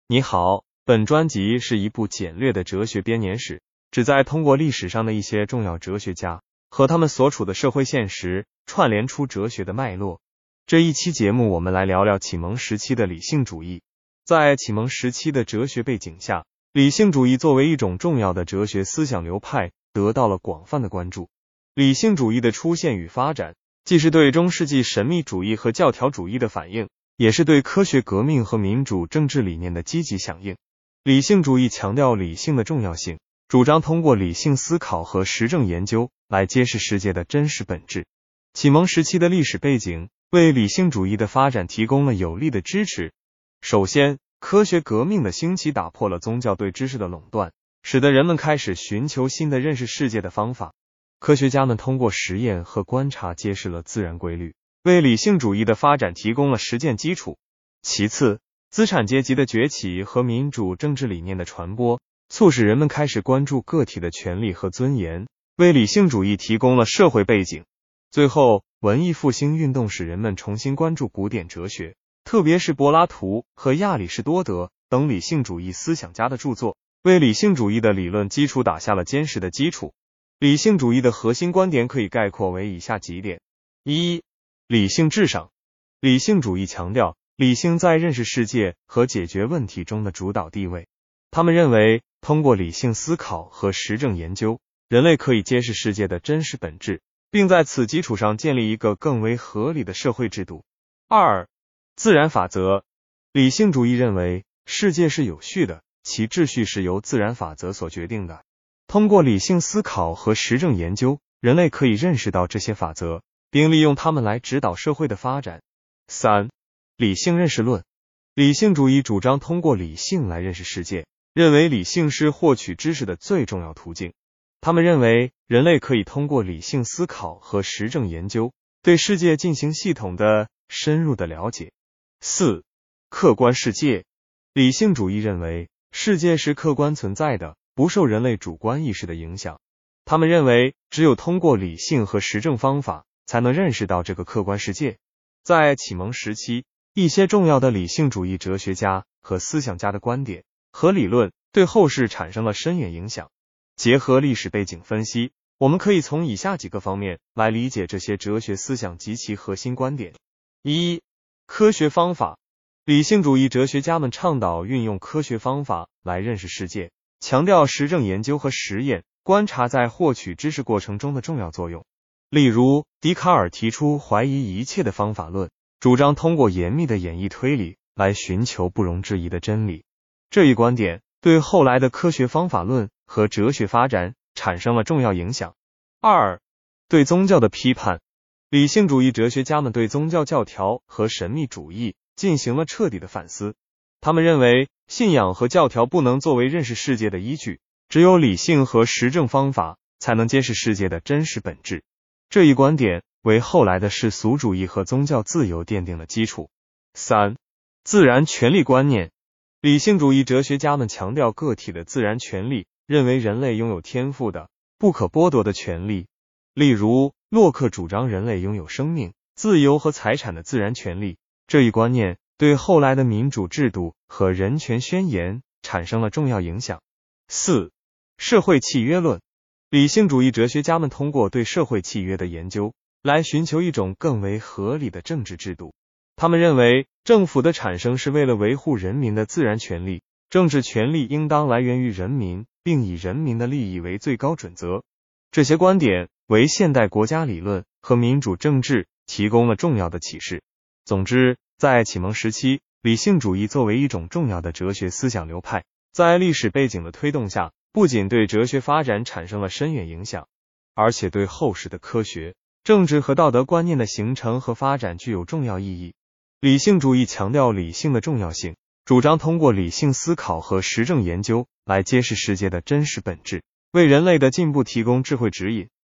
你好，本专辑是一部简略的哲学编年史，旨在通过历史上的一些重要哲学家和他们所处的社会现实，串联出哲学的脉络。这一期节目我们来聊聊启蒙时期的理性主义。在启蒙时期的哲学背景下，理性主义作为一种重要的哲学思想流派，得到了广泛的关注。理性主义的出现与发展，既是对中世纪神秘主义和教条主义的反应，也是对科学革命和民主政治理念的积极响应。理性主义强调理性的重要性，主张通过理性思考和实证研究来揭示世界的真实本质。启蒙时期的历史背景为理性主义的发展提供了有力的支持。首先，科学革命的兴起打破了宗教对知识的垄断，使得人们开始寻求新的认识世界的方法。科学家们通过实验和观察揭示了自然规律，为理性主义的发展提供了实践基础。其次，资产阶级的崛起和民主政治理念的传播，促使人们开始关注个体的权利和尊严，为理性主义提供了社会背景。最后，文艺复兴运动使人们重新关注古典哲学，特别是柏拉图和亚里士多德等理性主义思想家的著作，为理性主义的理论基础打下了坚实的基础。理性主义的核心观点可以概括为以下几点：一、理性至上。理性主义强调理性在认识世界和解决问题中的主导地位。他们认为，通过理性思考和实证研究，人类可以揭示世界的真实本质，并在此基础上建立一个更为合理的社会制度。二、自然法则。理性主义认为，世界是有序的，其秩序是由自然法则所决定的。通过理性思考和实证研究，人类可以认识到这些法则，并利用它们来指导社会的发展。三、理性认识论。理性主义主张通过理性来认识世界，认为理性是获取知识的最重要途径。他们认为，人类可以通过理性思考和实证研究，对世界进行系统的、深入的了解。四、客观世界。理性主义认为，世界是客观存在的，不受人类主观意识的影响。他们认为，只有通过理性和实证方法，才能认识到这个客观世界。在启蒙时期，一些重要的理性主义哲学家和思想家的观点和理论对后世产生了深远影响。结合历史背景分析，我们可以从以下几个方面来理解这些哲学思想及其核心观点。一、科学方法。理性主义哲学家们倡导运用科学方法来认识世界，强调实证研究和实验观察在获取知识过程中的重要作用。例如，笛卡尔提出怀疑一切的方法论，主张通过严密的演绎推理来寻求不容置疑的真理。这一观点对后来的科学方法论和哲学发展产生了重要影响。二、对宗教的批判。理性主义哲学家们对宗教教条和神秘主义进行了彻底的反思。他们认为，信仰和教条不能作为认识世界的依据，只有理性和实证方法才能揭示世界的真实本质。这一观点为后来的世俗主义和宗教自由奠定了基础。三、自然权利观念。理性主义哲学家们强调个体的自然权利，认为人类拥有天赋的、不可剥夺的权利。例如，洛克主张人类拥有生命、自由和财产的自然权利。这一观念对后来的民主制度和人权宣言产生了重要影响。四、社会契约论。理性主义哲学家们通过对社会契约的研究，来寻求一种更为合理的政治制度。他们认为，政府的产生是为了维护人民的自然权利，政治权利应当来源于人民，并以人民的利益为最高准则。这些观点为现代国家理论和民主政治提供了重要的启示。总之，在启蒙时期，理性主义作为一种重要的哲学思想流派，在历史背景的推动下，不仅对哲学发展产生了深远影响，而且对后世的科学、政治和道德观念的形成和发展具有重要意义。理性主义强调理性的重要性，主张通过理性思考和实证研究来揭示世界的真实本质，为人类的进步提供智慧指引。